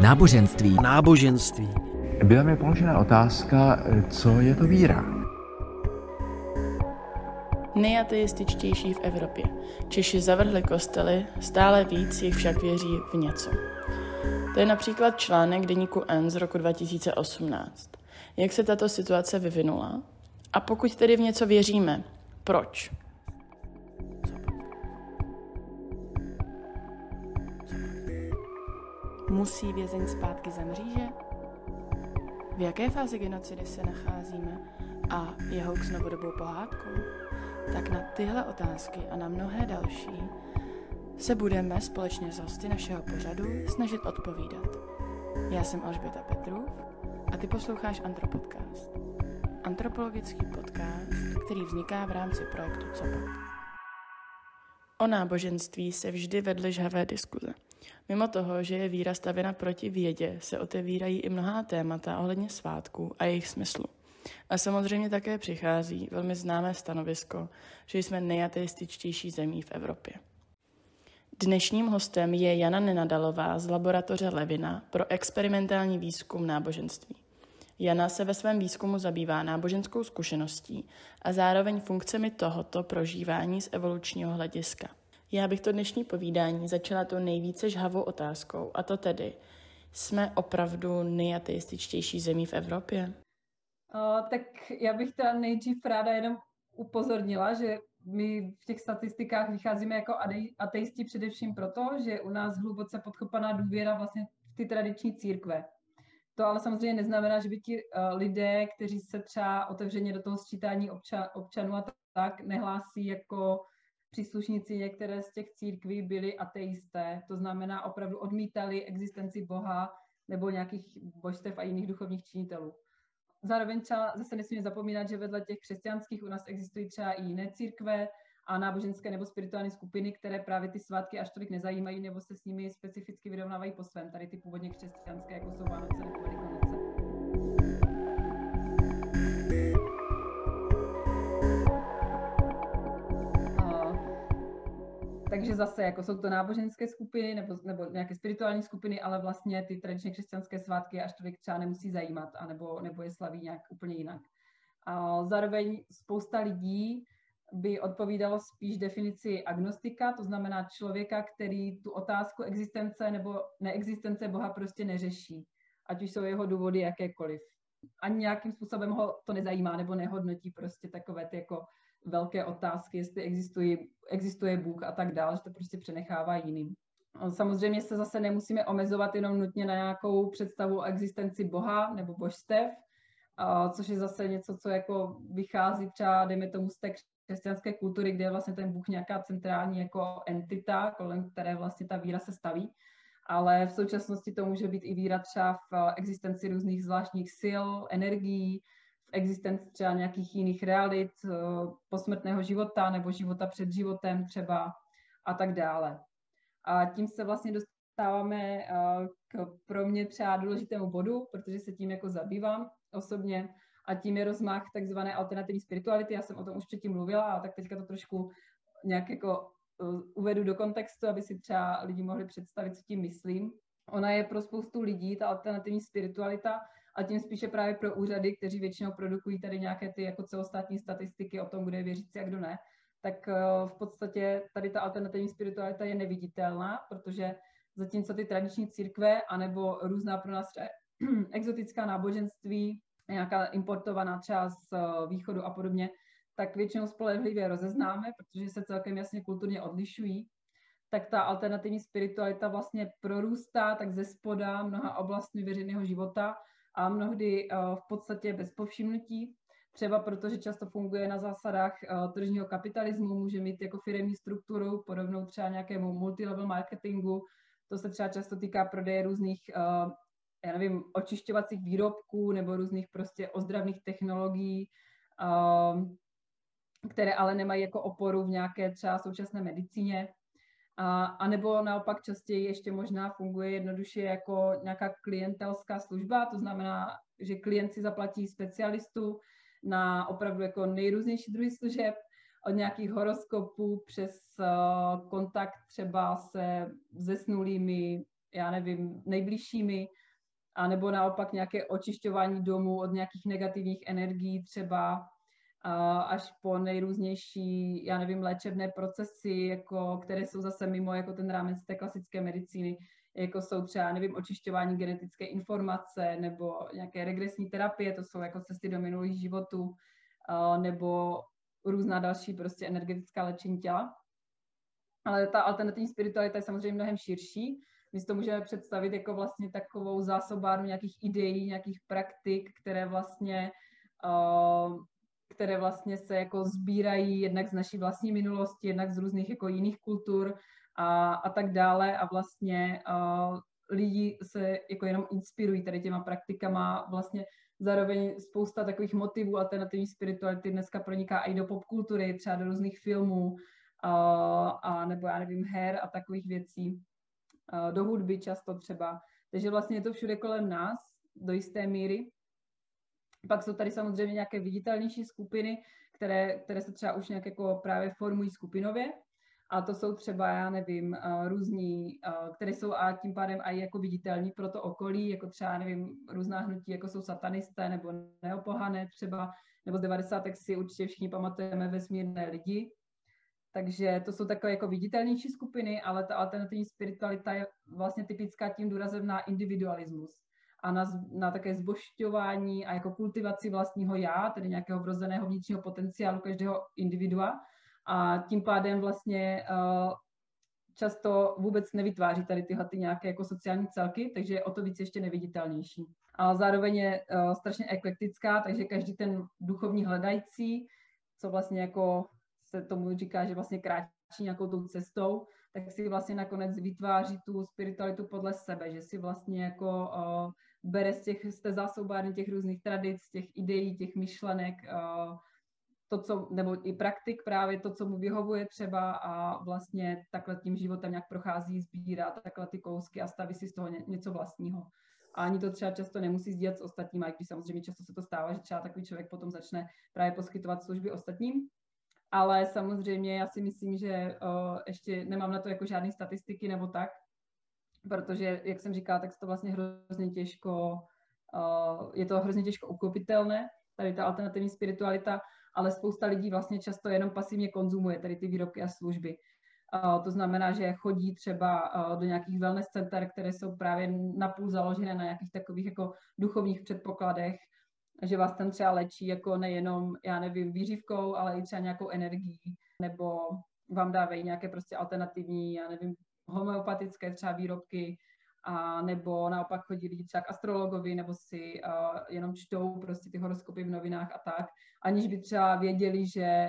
Náboženství. Náboženství. Byla mi položena otázka, co je to víra? Nejateističtější v Evropě. Češi zavrhli kostely, stále víc jich však věří v něco. To je například článek deníku N z roku 2018. Jak se tato situace vyvinula? A pokud tedy v něco věříme, proč? Musí vězeň zpátky za mříže? V jaké fázi genocidy se nacházíme? A je hoax novodobou pohádkou? Tak na tyhle otázky a na mnohé další se budeme společně s hosty našeho pořadu snažit odpovídat. Já jsem Alžběta Petrův a ty posloucháš Antropodcast. Antropologický podcast, který vzniká v rámci projektu COPAC. O náboženství se vždy vedly žhavé diskuze. Mimo toho, že je víra stavěna proti vědě, se otevírají i mnohá témata ohledně svátků a jejich smyslu. A samozřejmě také přichází velmi známé stanovisko, že jsme nejateističtější zemí v Evropě. Dnešním hostem je Jana Nenadalová z laboratoře Levina pro experimentální výzkum náboženství. Jana se ve svém výzkumu zabývá náboženskou zkušeností a zároveň funkcemi tohoto prožívání z evolučního hlediska. Já bych to dnešní povídání začala tou nejvíce žhavou otázkou, a to tedy, jsme opravdu nejateističtější zemí v Evropě? Tak já bych teda nejdřív ráda jenom upozornila, že my v těch statistikách vycházíme jako ateisti především proto, že u nás hluboce podkopaná důvěra vlastně v ty tradiční církve. To ale samozřejmě neznamená, že by ti lidé, kteří se třeba otevřeně do toho sčítání občanů a tak nehlásí jako příslušníci některé z těch církví byli ateisté. To znamená opravdu odmítali existenci Boha nebo nějakých božstev a jiných duchovních činitelů. Zároveň třeba zase nesmíme zapomínat, že vedle těch křesťanských u nás existují třeba i jiné církve a náboženské nebo spirituální skupiny, které právě ty svátky až tolik nezajímají nebo se s nimi specificky vyrovnávají po svém. Tady ty původně křesťanské, jako jsou Vánoce nebo Velikonoce. Takže zase jako jsou to náboženské skupiny nebo nějaké spirituální skupiny, ale vlastně ty tradičně křesťanské svátky až tolik třeba nemusí zajímat, nebo je slaví nějak úplně jinak. A zároveň spousta lidí by odpovídalo spíš definici agnostika, to znamená člověka, který tu otázku existence nebo neexistence Boha prostě neřeší, ať už jsou jeho důvody jakékoliv. Ani nějakým způsobem ho to nezajímá nebo nehodnotí prostě takové ty jako velké otázky, jestli existuje Bůh a tak dále, že to prostě přenechává jiným. Samozřejmě se zase nemusíme omezovat jenom nutně na nějakou představu o existenci Boha nebo božstev, což je zase něco, co jako vychází třeba, dejme tomu, z té křesťanské kultury, kde je vlastně ten Bůh nějaká centrální jako entita, kolem které vlastně ta víra se staví. Ale v současnosti to může být i víra třeba v existenci různých zvláštních sil, energií, v existenci třeba nějakých jiných realit, posmrtného života nebo života před životem třeba a tak dále. A tím se vlastně dostáváme k pro mě třeba důležitému bodu, protože se tím jako zabývám osobně, a tím je rozmach takzvané alternativní spirituality. Já jsem o tom už předtím mluvila, a tak teďka to trošku nějak jako uvedu do kontextu, aby si třeba lidi mohli představit, co tím myslím. Ona je pro spoustu lidí, ta alternativní spiritualita, a tím spíše právě pro úřady, kteří většinou produkují tady nějaké ty jako celostátní statistiky o tom, kdo je věřící a kdo ne, tak v podstatě tady ta alternativní spiritualita je neviditelná, protože zatímco ty tradiční církve anebo různá pro nás třeba exotická náboženství, nějaká importovaná třeba z východu a podobně, tak většinou spolehlivě rozeznáme, protože se celkem jasně kulturně odlišují, tak ta alternativní spiritualita vlastně prorůstá tak ze spoda mnoha oblastmi veřejného života a mnohdy v podstatě bez povšimnutí, třeba protože často funguje na zásadách tržního kapitalismu, může mít jako firemní strukturu, podobnou třeba nějakému multilevel marketingu. To se třeba často týká prodeje různých, já nevím, očišťovacích výrobků nebo různých prostě ozdravných technologií, které ale nemají jako oporu v nějaké třeba současné medicíně. A nebo naopak častěji ještě možná funguje jednoduše jako nějaká klientelská služba, to znamená, že klient si zaplatí specialistu na opravdu jako nejrůznější druhy služeb, od nějakých horoskopů přes kontakt třeba se zesnulými, já nevím, nejbližšími, a nebo naopak nějaké očišťování domu od nějakých negativních energií třeba, až po nejrůznější, já nevím, léčebné procesy, jako, které jsou zase mimo jako ten rámec té klasické medicíny, jako jsou třeba, nevím, očišťování genetické informace nebo nějaké regresní terapie, to jsou jako cesty do minulých životů, nebo různá další prostě energetická léčení těla. Ale ta alternativní spiritualita je samozřejmě mnohem širší. My si to můžeme představit jako vlastně takovou zásobárnu nějakých ideí, nějakých praktik, které vlastně se jako sbírají jednak z naší vlastní minulosti, jednak z různých jako jiných kultur a tak dále. A vlastně lidi se jako jenom inspirují tady těma praktikama. Vlastně zároveň spousta takových motivů alternativní spirituality dneska proniká i do popkultury, třeba do různých filmů, a nebo já nevím, her a takových věcí, do hudby často třeba. Takže vlastně je to všude kolem nás do jisté míry. Pak jsou tady samozřejmě nějaké viditelnější skupiny, které se třeba už nějak jako právě formují skupinově. A to jsou třeba, já nevím, různí, které jsou a tím pádem i jako viditelní pro to okolí, jako třeba, nevím, různá hnutí, jako jsou satanisté nebo neopohané třeba, nebo z 90. si určitě všichni pamatujeme vesmírné lidi. Takže to jsou takové jako viditelnější skupiny, ale ta alternativní spiritualita je vlastně typická tím důrazem na individualismus a na také zbožťování a jako kultivaci vlastního já, tedy nějakého vrozeného vnitřního potenciálu každého individua. A tím pádem vlastně často vůbec nevytváří tady tyhle nějaké jako sociální celky, takže je o to víc ještě neviditelnější. A zároveň je strašně eklektická, takže každý ten duchovní hledající, co vlastně jako se tomu říká, že vlastně kráčí nějakou tou cestou, tak si vlastně nakonec vytváří tu spiritualitu podle sebe, že si vlastně jako bere z té zásobárny těch různých tradic, těch ideí, těch myšlenek, to, co, nebo i praktik právě to, co mu vyhovuje třeba a vlastně takhle tím životem nějak prochází, sbírá takhle ty kousky a staví si z toho něco vlastního. A ani to třeba často nemusí sdílet s ostatními, i když samozřejmě často se to stává, že třeba takový člověk potom začne právě poskytovat služby ostatním. Ale samozřejmě já si myslím, že ještě nemám na to jako žádné statistiky nebo tak, protože, jak jsem říkala, tak to vlastně hrozně těžko, je to hrozně těžko uchopitelné, tady ta alternativní spiritualita, ale spousta lidí vlastně často jenom pasivně konzumuje tady ty výrobky a služby. To znamená, že chodí třeba do nějakých wellness center, které jsou právě napůl založené na nějakých takových jako duchovních předpokladech, že vás tam třeba léčí jako nejenom, já nevím, výřivkou, ale i třeba nějakou energií, nebo vám dávají nějaké prostě alternativní, já nevím, homeopatické třeba výrobky, a nebo naopak chodí lidi třeba k astrologovi, nebo si jenom čtou prostě ty horoskopy v novinách a tak, aniž by třeba věděli, že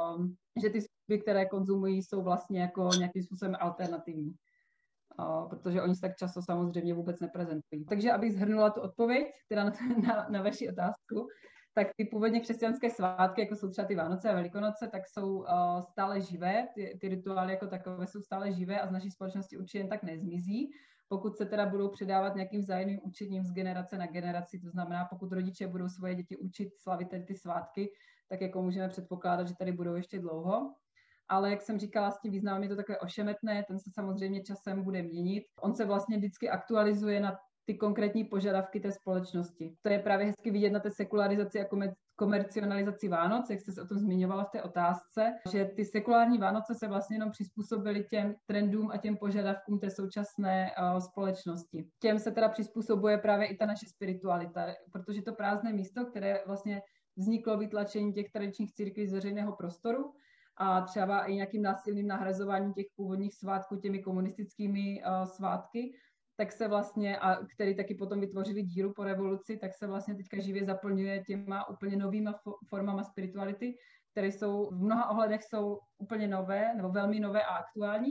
ty služby, které konzumují, jsou vlastně jako nějakým způsobem alternativní. Protože oni se tak často samozřejmě vůbec neprezentují. Takže abych shrnula tu odpověď, teda na vaši otázku, tak ty původně křesťanské svátky, jako jsou třeba ty Vánoce a Velikonoce, tak jsou stále živé, ty rituály jako takové jsou stále živé a z naší společnosti určitě jen tak nezmizí, pokud se teda budou předávat nějakým vzájemným učením z generace na generaci, to znamená, pokud rodiče budou svoje děti učit slavit ty svátky, tak jako můžeme předpokládat, že tady budou ještě dlouho. Ale jak jsem říkala, s tím významem je to takové ošemetné, ten se samozřejmě časem bude měnit. On se vlastně vždycky aktualizuje na ty konkrétní požadavky té společnosti. To je právě hezky vidět na té sekularizaci a komercionalizaci Vánoc, jak jste se o tom zmiňovala v té otázce, že ty sekulární Vánoce se vlastně jenom přizpůsobily těm trendům a těm požadavkům té současné společnosti. Těm se teda přizpůsobuje právě i ta naše spiritualita, protože to prázdné místo, které vlastně vzniklo vytlačení těch tradičních církví z veřejného prostoru, a třeba i nějakým násilným nahrazováním těch původních svátků těmi komunistickými svátky, tak se vlastně, a který taky potom vytvořili díru po revoluci, tak se vlastně teďka živě zaplňuje těma úplně novýma formama spirituality, které jsou v mnoha ohledech jsou úplně nové, nebo velmi nové a aktuální,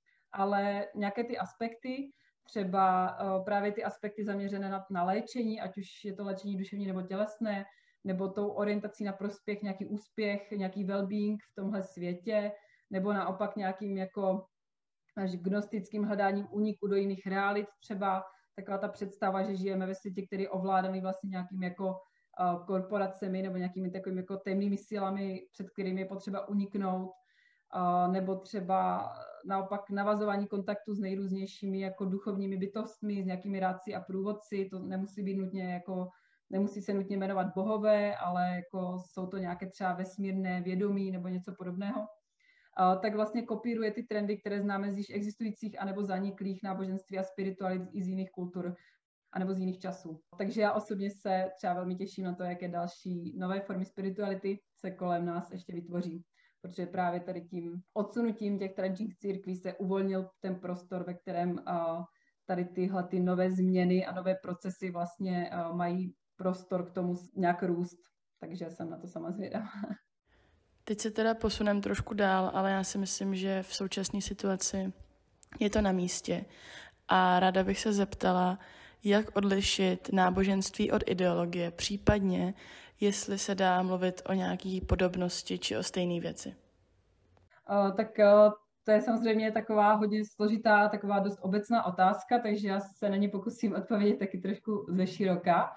ale nějaké ty aspekty, třeba právě ty aspekty zaměřené na léčení, ať už je to léčení duševní nebo tělesné, nebo tou orientací na prospěch, nějaký úspěch, nějaký well-being v tomhle světě, nebo naopak nějakým jako až gnostickým hledáním úniku do jiných realit, třeba taková ta představa, že žijeme ve světě, který je ovládaný vlastně nějakým jako korporacemi nebo nějakými takovými jako temnými silami, před kterými je potřeba uniknout. nebo třeba naopak navazování kontaktu s nejrůznějšími jako duchovními bytostmi, s nějakými rádci a průvodci. To nemusí být nutně jako, nemusí se nutně jmenovat bohové, ale jako jsou to nějaké třeba vesmírné vědomí nebo něco podobného. Tak vlastně kopíruje ty trendy, které známe z již existujících anebo zaniklých náboženství a spiritualit i z jiných kultur anebo z jiných časů. Takže já osobně se třeba velmi těším na to, jaké další nové formy spirituality se kolem nás ještě vytvoří. Protože právě tady tím odsunutím těch tradičních církví se uvolnil ten prostor, ve kterém tady tyhle ty nové změny a nové procesy vlastně mají prostor k tomu nějak růst. Takže jsem na to sama zvědavá. Teď se teda posuneme trošku dál, ale já si myslím, že v současné situaci je to na místě. A ráda bych se zeptala, jak odlišit náboženství od ideologie, případně jestli se dá mluvit o nějaké podobnosti či o stejné věci. Tak to je samozřejmě taková hodně složitá, taková dost obecná otázka, takže já se na ní pokusím odpovědět taky trošku ze široka.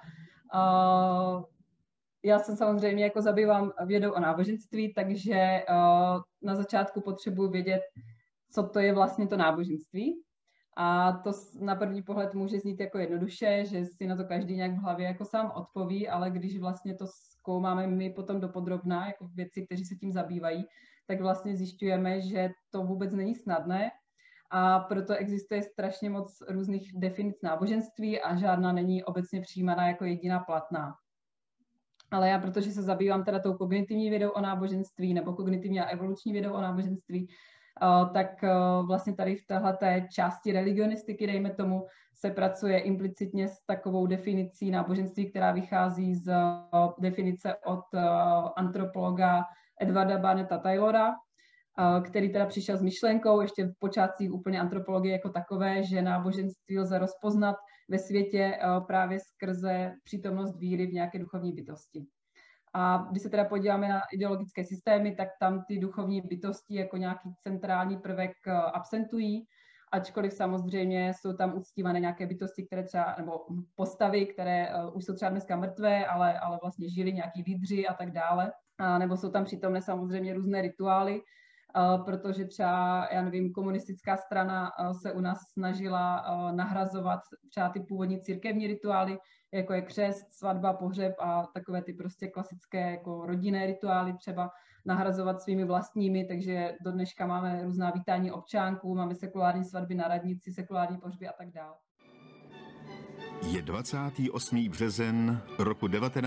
Já se samozřejmě jako zabývám vědou o náboženství, takže na začátku potřebuji vědět, co to je vlastně to náboženství. A to na první pohled může znít jako jednoduše, že si na to každý nějak v hlavě jako sám odpoví, ale když vlastně to zkoumáme my potom dopodrobná, jako věci, kteří se tím zabývají, tak vlastně zjišťujeme, že to vůbec není snadné a proto existuje strašně moc různých definic náboženství a žádná není obecně přijímaná jako jediná platná. Ale já, protože se zabývám teda tou kognitivní vědou o náboženství nebo kognitivní a evoluční vědou o náboženství, tak vlastně tady v téhleté části religionistiky, dejme tomu, se pracuje implicitně s takovou definicí náboženství, která vychází z definice od antropologa Edwarda Barnetta Taylora, který teda přišel s myšlenkou ještě v počátcích úplně antropologie jako takové, že náboženství lze rozpoznat ve světě právě skrze přítomnost víry v nějaké duchovní bytosti. A když se teda podíváme na ideologické systémy, tak tam ty duchovní bytosti jako nějaký centrální prvek absentují, ačkoliv samozřejmě jsou tam uctívané nějaké bytosti, které třeba, nebo postavy, které už jsou třeba dneska mrtvé, ale vlastně žili nějaký lídři a tak dále. Nebo jsou tam přítomné samozřejmě různé rituály, protože třeba, já nevím, komunistická strana se u nás snažila nahrazovat třeba ty původní církevní rituály, jako je křest, svatba, pohřeb a takové ty prostě klasické jako rodinné rituály třeba nahrazovat svými vlastními, takže do dneška máme různá vítání občánků, máme sekulární svatby na radnici, sekulární pohřby a tak dále. Je 28. březen roku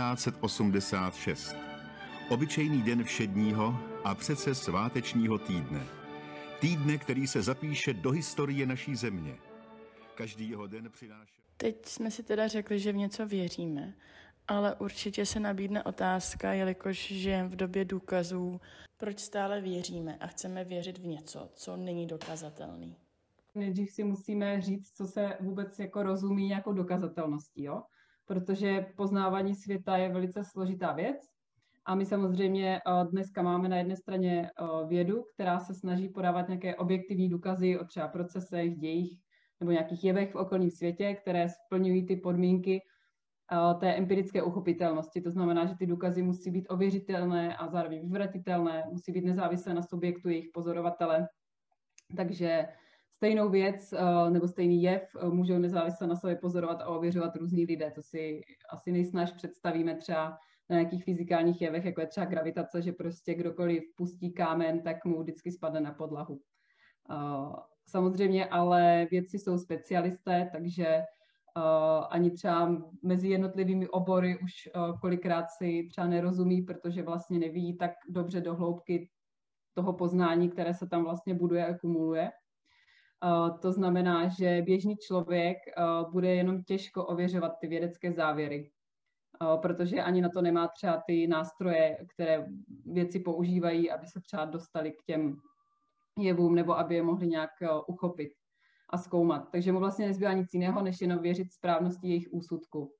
1986. Obyčejný den všedního a přece svátečního týdne. Týdne, který se zapíše do historie naší země. Každý jeho den přináší... Teď jsme si teda řekli, že v něco věříme, ale určitě se nabídne otázka, jelikož žijeme v době důkazů, proč stále věříme a chceme věřit v něco, co není dokazatelný. Nejdřív si musíme říct, co se vůbec jako rozumí nějakou dokazatelností, jo? Protože poznávání světa je velice složitá věc. A my samozřejmě dneska máme na jedné straně vědu, která se snaží podávat nějaké objektivní důkazy o třeba procesech, dějích nebo nějakých jevech v okolním světě, které splňují ty podmínky té empirické uchopitelnosti. To znamená, že ty důkazy musí být ověřitelné a zároveň vyvratitelné, musí být nezávislé na subjektu jejich pozorovatele. Takže stejnou věc nebo stejný jev můžou nezávisle na sobě pozorovat a ověřovat různí lidé. To si asi nejsnáž představíme třeba na nějakých fyzikálních jevech, jako je třeba gravitace, že prostě kdokoliv pustí kámen, tak mu vždycky spadne na podlahu. Samozřejmě ale vědci jsou specialisté, takže ani třeba mezi jednotlivými obory už kolikrát si třeba nerozumí, protože vlastně nevidí tak dobře do hloubky toho poznání, které se tam vlastně buduje a kumuluje. To znamená, že běžný člověk bude jenom těžko ověřovat ty vědecké závěry, protože ani na to nemá třeba ty nástroje, které vědci používají, aby se třeba dostali k těm jevům nebo aby je mohli nějak uchopit a zkoumat. Takže mu vlastně nezbývá nic jiného, než jenom věřit správnosti jejich úsudku.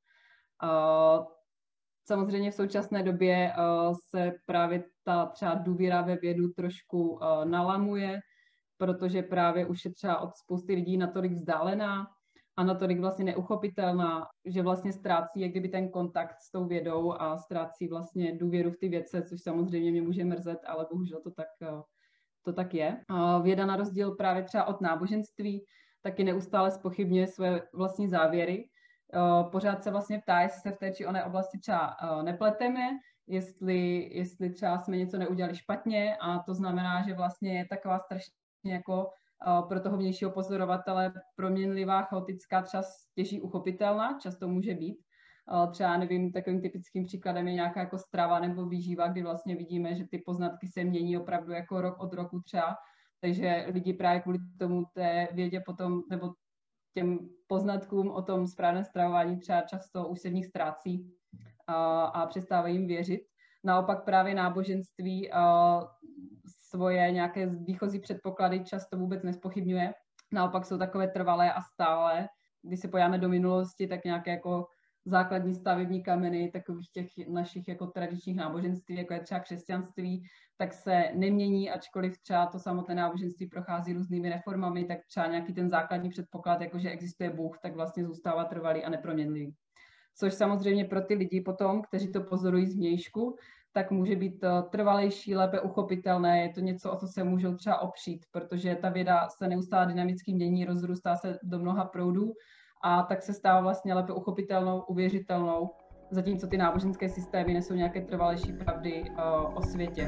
Samozřejmě v současné době se právě ta třeba důvěra ve vědu trošku nalamuje, protože právě už je třeba od spousty lidí natolik vzdálená a natolik vlastně neuchopitelná, že vlastně ztrácí jak kdyby ten kontakt s tou vědou a ztrácí vlastně důvěru v ty vědce, což samozřejmě mě může mrzet, ale bohužel to to tak je. Věda na rozdíl právě třeba od náboženství taky neustále zpochybňuje své vlastní závěry. Pořád se vlastně ptá, jestli se v té či oné oblasti třeba nepleteme, jestli třeba jsme něco neudělali špatně, a to znamená, že vlastně je taková strašně jako pro toho vnějšího pozorovatele proměnlivá, chaotická, třeba těží uchopitelná, často může být. Třeba, nevím, takovým typickým příkladem je nějaká jako strava nebo výživa, kdy vlastně vidíme, že ty poznatky se mění opravdu jako rok od roku třeba, takže lidi právě kvůli tomu té vědě potom, nebo těm poznatkům o tom správném stravování třeba často už se v nich ztrácí a přestávají jim věřit. Naopak právě náboženství svoje nějaké výchozí předpoklady často vůbec nezpochybňuje. Naopak jsou takové trvalé a stále. Když se podíváme do minulosti, tak nějaké jako základní stavební kameny takových těch našich jako tradičních náboženství, jako je třeba křesťanství, tak se nemění, ačkoliv třeba to samotné náboženství prochází různými reformami, tak třeba nějaký ten základní předpoklad, jako že existuje Bůh, tak vlastně zůstává trvalý a neproměnlivý. Což samozřejmě pro ty lidi potom, kteří to pozorují zvnějšku, tak může být trvalejší, lépe uchopitelné, je to něco, o co se můžou třeba opřít, protože ta věda se neustále dynamicky mění, rozrůstá se do mnoha proudů a tak se stává vlastně lépe uchopitelnou, uvěřitelnou, zatímco ty náboženské systémy nesou nějaké trvalejší pravdy o světě.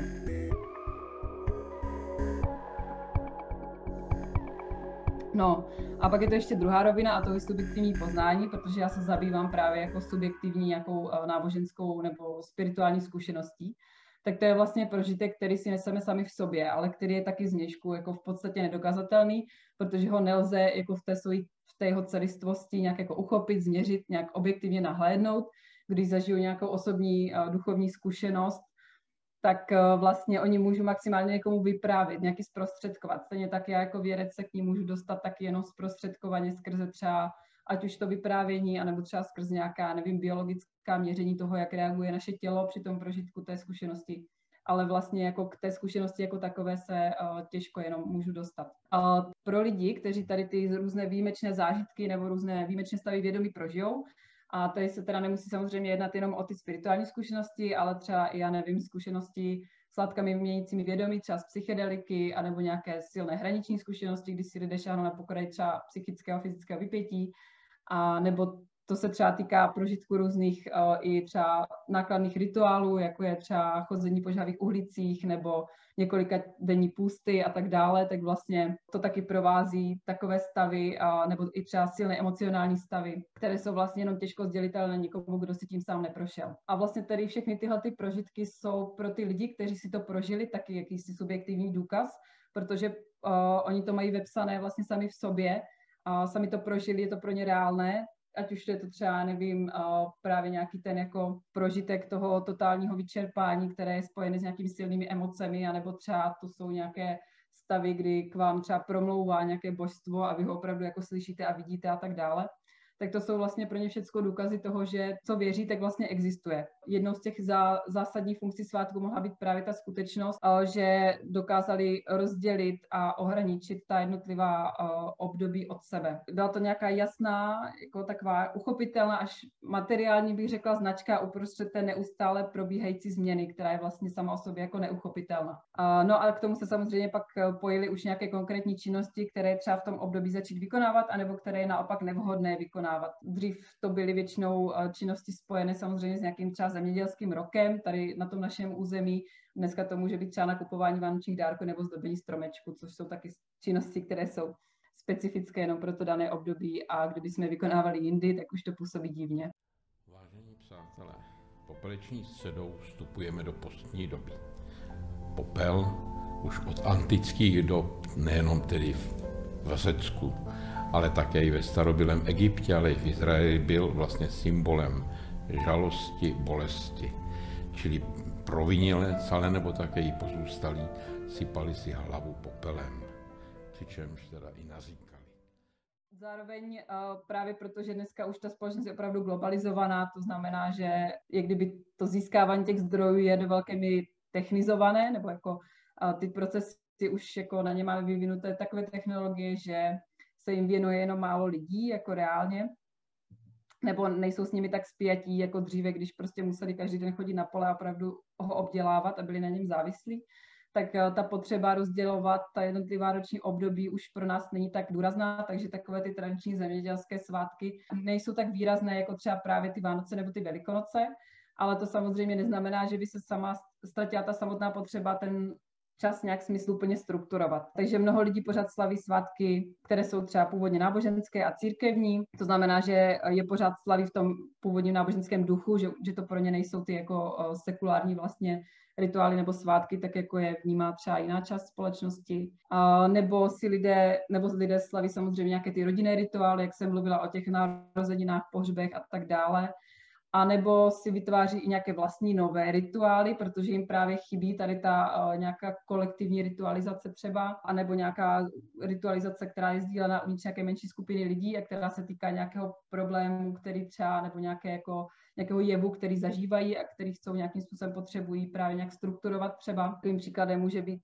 No a pak je to ještě druhá rovina a to je subjektivní poznání, protože já se zabývám právě jako subjektivní nějakou náboženskou nebo spirituální zkušeností. Tak to je vlastně prožitek, který si neseme sami v sobě, ale který je taky zvnějšku jako v podstatě nedokazatelný, protože ho nelze jako v té jeho celistvosti nějak jako uchopit, změřit, nějak objektivně nahlédnout. Když zažiju nějakou osobní duchovní zkušenost, tak vlastně oni můžu maximálně někomu vyprávět, nějaký zprostředkovat. Stejně tak já jako vědec se k ní můžu dostat taky jenom zprostředkovaně skrze třeba, ať už to vyprávění, anebo třeba skrze nějaká, nevím, biologická měření toho, jak reaguje naše tělo při tom prožitku té zkušenosti. Ale vlastně jako k té zkušenosti jako takové se těžko jenom můžu dostat. Pro lidi, kteří tady ty různé výjimečné zážitky nebo různé výjimečné stavy vědomí prožijou, a tady se teda nemusí samozřejmě jednat jenom o ty spirituální zkušenosti, ale třeba i, já nevím, zkušenosti s látkami měnícími vědomí, třeba z psychedeliky, anebo nějaké silné hraniční zkušenosti, kdy si lidé šáhnou na pokraj třeba psychického a fyzického vypětí, a nebo to se třeba týká prožitku různých i třeba nákladných rituálů, jako je třeba chození po žhavých uhlicích nebo několika denní půsty a tak dále, tak vlastně to taky provází takové stavy nebo i třeba silné emocionální stavy, které jsou vlastně jenom těžko sdělitelné někomu, kdo si tím sám neprošel. A vlastně tedy všechny tyhle ty prožitky jsou pro ty lidi, kteří si to prožili, taky jakýsi subjektivní důkaz, protože oni to mají vepsané vlastně sami v sobě, sami to prožili, je to pro ně reálné, ať už je to třeba, nevím, právě nějaký ten jako prožitek toho totálního vyčerpání, které je spojené s nějakými silnými emocemi, anebo třeba to jsou nějaké stavy, kdy k vám třeba promlouvá nějaké božstvo a vy ho opravdu jako slyšíte a vidíte a tak dále. Tak to jsou vlastně pro ně všechno důkazy toho, že co věří, tak vlastně existuje. Jednou z těch zásadních funkcí svátku mohla být právě ta skutečnost, že dokázali rozdělit a ohraničit ta jednotlivá období od sebe. Byla to nějaká jasná, jako taková uchopitelná, až materiální, bych řekla, značka uprostřed té neustále probíhající změny, která je vlastně sama o sobě jako neuchopitelná. No a k tomu se samozřejmě pak pojily už nějaké konkrétní činnosti, které třeba v tom období začít vykonávat, anebo které je naopak nevhodné vykonávat. Dřív to byly většinou činnosti spojené samozřejmě s nějakým třeba zemědělským rokem, tady na tom našem území. Dneska to může být třeba nakupování vánočních dárků nebo zdobení stromečku, což jsou taky činnosti, které jsou specifické jenom pro to dané období, a kdyby jsme vykonávali jindy, tak už to působí divně. Vážení přátelé, popeleční středou vstupujeme do postní doby. Popel už od antických dob, nejenom tedy v Řecku, ale také i ve starobylém Egyptě, ale i v Izraeli byl vlastně symbolem žalosti, bolesti. Čili provinilec, ale nebo také i pozůstalí sypali si hlavu popelem, přičemž teda i naříkali. Zároveň právě protože dneska už ta společnost je opravdu globalizovaná, to znamená, že jak kdyby to získávání těch zdrojů je do velké míry technizované, nebo jako ty procesy už jako na ně máme vyvinuté takové technologie, že se jim věnuje jenom málo lidí, jako reálně, nebo nejsou s nimi tak spjatí jako dříve, když prostě museli každý den chodit na pole a opravdu ho obdělávat a byli na něm závislí. tak ta potřeba rozdělovat ta jednotlivá roční období už pro nás není tak důrazná, takže takové ty tradiční zemědělské svátky nejsou tak výrazné jako třeba právě ty Vánoce nebo ty Velikonoce, ale to samozřejmě neznamená, že by se sama ztratila ta samotná potřeba ten čas nějak smysluplně strukturovat. Takže mnoho lidí pořád slaví svátky, které jsou třeba původně náboženské a církevní. To znamená, že je pořád slaví v tom původním náboženském duchu, že to pro ně nejsou ty jako sekulární vlastně rituály nebo svátky, tak jako je vnímá třeba jiná část společnosti. Nebo lidé slaví samozřejmě nějaké ty rodinné rituály, jak jsem mluvila o těch narozeninách, pohřbech a tak dále. A nebo si vytváří i nějaké vlastní nové rituály, protože jim právě chybí tady ta nějaká kolektivní ritualizace třeba, anebo nějaká ritualizace, která je sdílená uvnitř nějaké menší skupiny lidí a která se týká nějakého problému, který třeba, nebo nějakého jevu, který zažívají a který chcou nějakým způsobem potřebují právě nějak strukturovat třeba. Takovým příkladem může být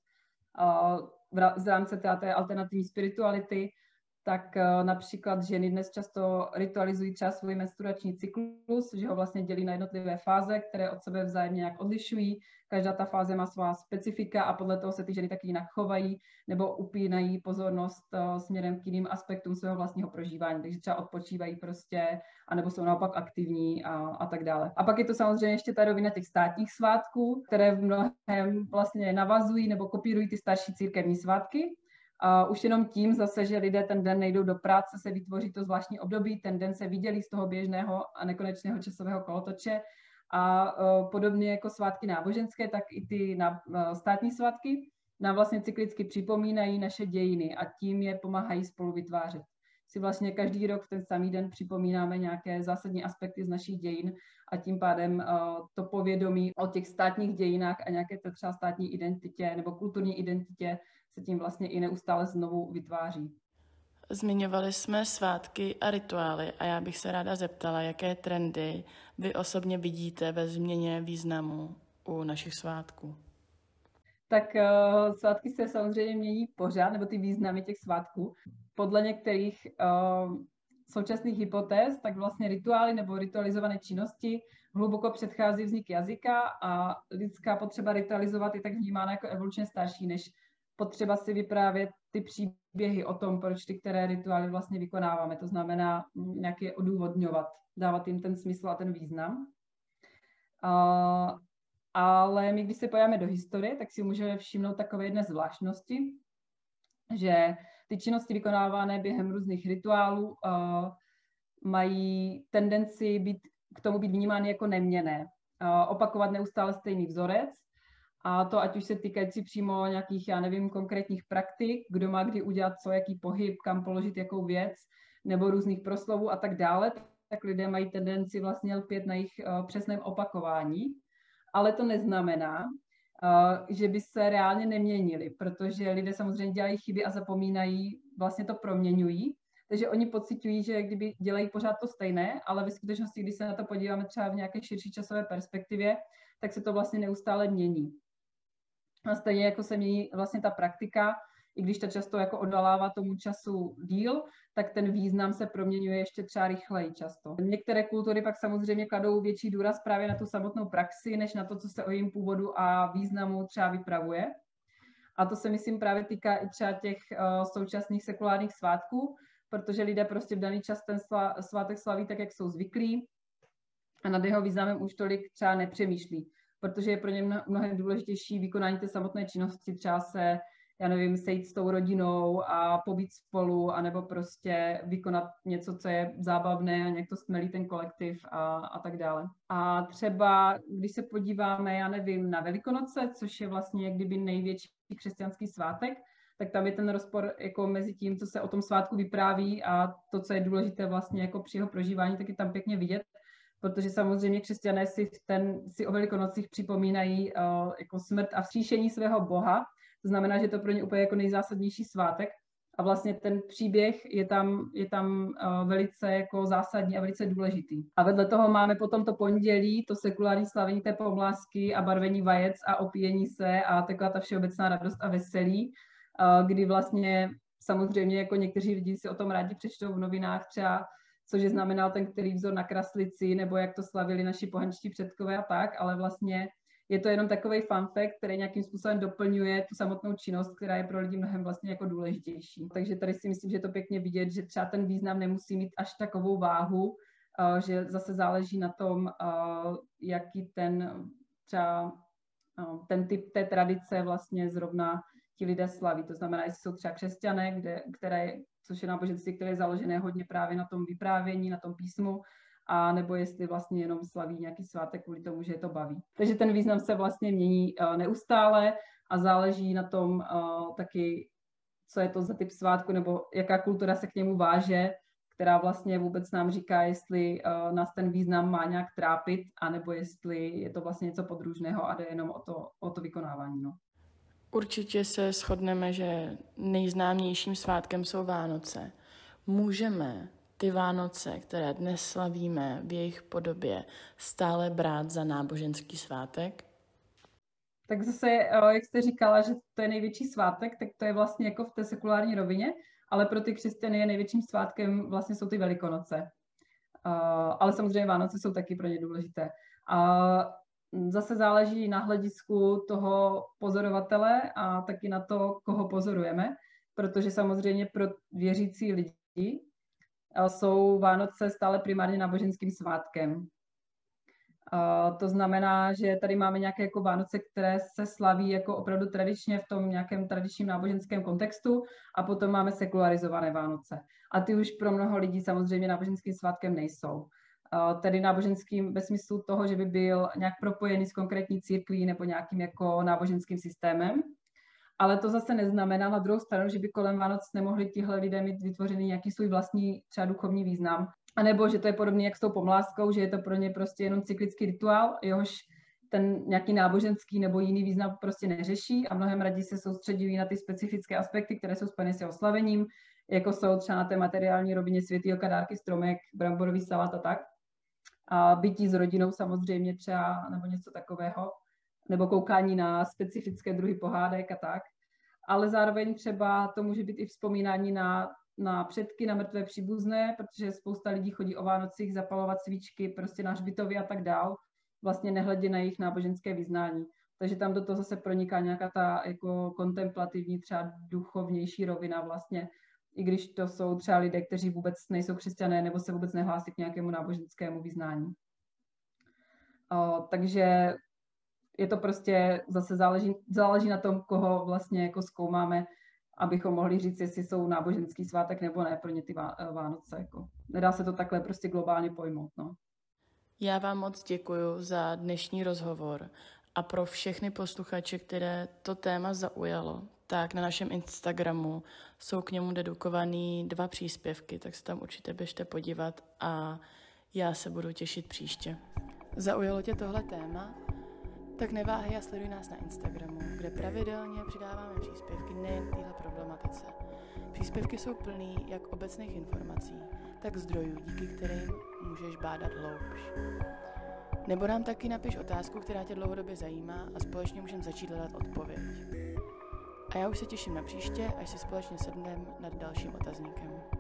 z rámce té alternativní spirituality, tak například ženy dnes často ritualizují třeba svůj menstruační cyklus, že ho vlastně dělí na jednotlivé fáze, které od sebe vzájemně nějak odlišují. Každá ta fáze má svá specifika a podle toho se ty ženy taky jinak chovají nebo upínají pozornost směrem k jiným aspektům svého vlastního prožívání. Takže třeba odpočívají prostě, anebo jsou naopak aktivní a tak dále. A pak je to samozřejmě ještě ta rovina těch státních svátků, které v mnohém vlastně navazují nebo kopírují ty starší církevní svátky. A už jenom tím zase, že lidé ten den nejdou do práce, se vytvoří to zvláštní období, ten den se vydělí z toho běžného a nekonečného časového kolotoče a podobně jako svátky náboženské, tak i ty státní svátky nám vlastně cyklicky připomínají naše dějiny a tím je pomáhají spolu vytvářet. Si vlastně každý rok v ten samý den připomínáme nějaké zásadní aspekty z našich dějin a tím pádem to povědomí o těch státních dějinách a nějaké třeba státní identitě nebo kulturní identitě se tím vlastně i neustále znovu vytváří. Zmiňovali jsme svátky a rituály a já bych se ráda zeptala, jaké trendy vy osobně vidíte ve změně významu u našich svátků. Tak svátky se samozřejmě mění pořád, nebo ty významy těch svátků. Podle některých současných hypotéz, tak vlastně rituály nebo ritualizované činnosti hluboko předchází vznik jazyka a lidská potřeba ritualizovat je tak vnímána jako evolučně starší než potřeba si vyprávět ty příběhy o tom, proč ty které rituály vlastně vykonáváme. To znamená nějak je odůvodňovat, dávat jim ten smysl a ten význam. Ale my, když se podíváme do historie, tak si můžeme všimnout takové jedné zvláštnosti, že ty činnosti vykonávané během různých rituálů mají tendenci k tomu být vnímány jako neměnné. Opakovat neustále stejný vzorec, a to ať už se týkající přímo nějakých, já nevím, konkrétních praktik, kdo má kdy udělat co, jaký pohyb, kam položit jakou věc, nebo různých proslovů a tak dále, tak lidé mají tendenci vlastně lpět na jejich přesném opakování. Ale to neznamená, že by se reálně neměnili, protože lidé samozřejmě dělají chyby a zapomínají, vlastně to proměňují. Takže oni pociťují, že kdyby dělají pořád to stejné, ale ve skutečnosti, když se na to podíváme třeba v nějaké širší časové perspektivě, tak se to vlastně neustále mění. A stejně jako se mění vlastně ta praktika, i když ta často jako oddalává tomu času díl, tak ten význam se proměňuje ještě třeba rychleji často. Některé kultury pak samozřejmě kladou větší důraz právě na tu samotnou praxi, než na to, co se o jejím původu a významu třeba vypravuje. A to se, myslím, právě týká i třeba těch současných sekulárních svátků, protože lidé prostě v daný čas ten svátek slaví tak, jak jsou zvyklí a nad jeho významem už tolik třeba nepřemýšlí, protože je pro ně mnohem důležitější vykonání té samotné činnosti, třeba se, já nevím, sejít s tou rodinou a pobít spolu, anebo prostě vykonat něco, co je zábavné a nějak to stmelí ten kolektiv a tak dále. A třeba, když se podíváme, já nevím, na Velikonoce, což je vlastně jak kdyby největší křesťanský svátek, tak tam je ten rozpor jako mezi tím, co se o tom svátku vypráví a to, co je důležité vlastně jako při jeho prožívání, tak je tam pěkně vidět, protože samozřejmě křesťané si o Velikonocích připomínají jako smrt a vzkříšení svého Boha. To znamená, že to pro ně úplně jako nejzásadnější svátek. A vlastně ten příběh je tam velice jako zásadní a velice důležitý. A vedle toho máme potom to pondělí, to sekulární slavení té pomlásky a barvení vajec a opíjení se a taková ta všeobecná radost a veselí, kdy vlastně samozřejmě jako někteří lidi si o tom rádi přečtou v novinách třeba, což je znamenal ten který vzor na kraslici, nebo jak to slavili naši pohančtí předkové a tak, ale vlastně je to jenom takový fun fact, který nějakým způsobem doplňuje tu samotnou činnost, která je pro lidi mnohem vlastně jako důležitější. Takže tady si myslím, že je to pěkně vidět, že třeba ten význam nemusí mít až takovou váhu, že zase záleží na tom, jaký ten typ té tradice vlastně zrovna ti lidé slaví. To znamená, jestli jsou třeba křesťané, což je náboženství, které je založené hodně právě na tom vyprávění, na tom písmu, a nebo jestli vlastně jenom slaví nějaký svátek kvůli tomu, že je to baví. Takže ten význam se vlastně mění neustále a záleží na tom taky, co je to za typ svátku, nebo jaká kultura se k němu váže, která vlastně vůbec nám říká, jestli nás ten význam má nějak trápit, anebo jestli je to vlastně něco podružného a jde jenom o to vykonávání. No. Určitě se shodneme, že nejznámějším svátkem jsou Vánoce. Můžeme ty Vánoce, které dnes slavíme v jejich podobě, stále brát za náboženský svátek? Tak zase, jak jste říkala, že to je největší svátek, tak to je vlastně jako v té sekulární rovině, ale pro ty křesťany je největším svátkem vlastně jsou ty Velikonoce. Ale samozřejmě Vánoce jsou taky pro ně důležité. Zase záleží na hledisku toho pozorovatele a taky na to, koho pozorujeme, protože samozřejmě pro věřící lidi jsou Vánoce stále primárně náboženským svátkem. To znamená, že tady máme nějaké jako Vánoce, které se slaví jako opravdu tradičně v tom nějakém tradičním náboženském kontextu, a potom máme sekularizované Vánoce. A ty už pro mnoho lidí samozřejmě náboženským svátkem nejsou. Tedy náboženským ve smyslu toho, že by byl nějak propojený s konkrétní církví nebo nějakým jako náboženským systémem. Ale to zase neznamená na druhou stranu, že by kolem Vánoc nemohli tihle lidé mít vytvořený nějaký svůj vlastní třeba duchovní význam. A nebo že to je podobné jak s tou pomláskou, že je to pro ně prostě jenom cyklický rituál, jehož ten nějaký náboženský nebo jiný význam prostě neřeší, a mnohem raději se soustředují na ty specifické aspekty, které jsou spojeny s oslavením, jako jsou třeba na té materiální rovině světýlka, dárky, stromek, bramborový salát a tak. A bytí s rodinou samozřejmě třeba, nebo něco takového, nebo koukání na specifické druhy pohádek a tak. Ale zároveň třeba to může být i vzpomínání na předky, na mrtvé příbuzné, protože spousta lidí chodí o Vánocích zapalovat svíčky prostě na hřbitově a tak dál, vlastně nehledě na jejich náboženské vyznání. Takže tam do toho zase proniká nějaká ta jako kontemplativní, třeba duchovnější rovina vlastně, i když to jsou třeba lidé, kteří vůbec nejsou křesťané nebo se vůbec nehlásí k nějakému náboženskému vyznání. Takže je to prostě zase záleží na tom, koho vlastně jako zkoumáme, abychom mohli říct, jestli jsou náboženský svátek nebo ne pro ně ty Vánoce. Jako. Nedá se to takhle prostě globálně pojmout. No. Já vám moc děkuju za dnešní rozhovor a pro všechny posluchače, které to téma zaujalo, tak na našem Instagramu jsou k němu dedukovaný 2 příspěvky, tak se tam určitě běžte podívat a já se budu těšit příště. Zaujalo tě tohle téma? Tak neváhej a sleduj nás na Instagramu, kde pravidelně přidáváme příspěvky nejen k téhle problematice. Příspěvky jsou plný jak obecných informací, tak zdrojů, díky kterým můžeš bádat hloubš. Nebo nám taky napiš otázku, která tě dlouhodobě zajímá, a společně můžeme začít hledat odpověď. A já už se těším na příště, až si společně sedneme nad dalším otazníkem.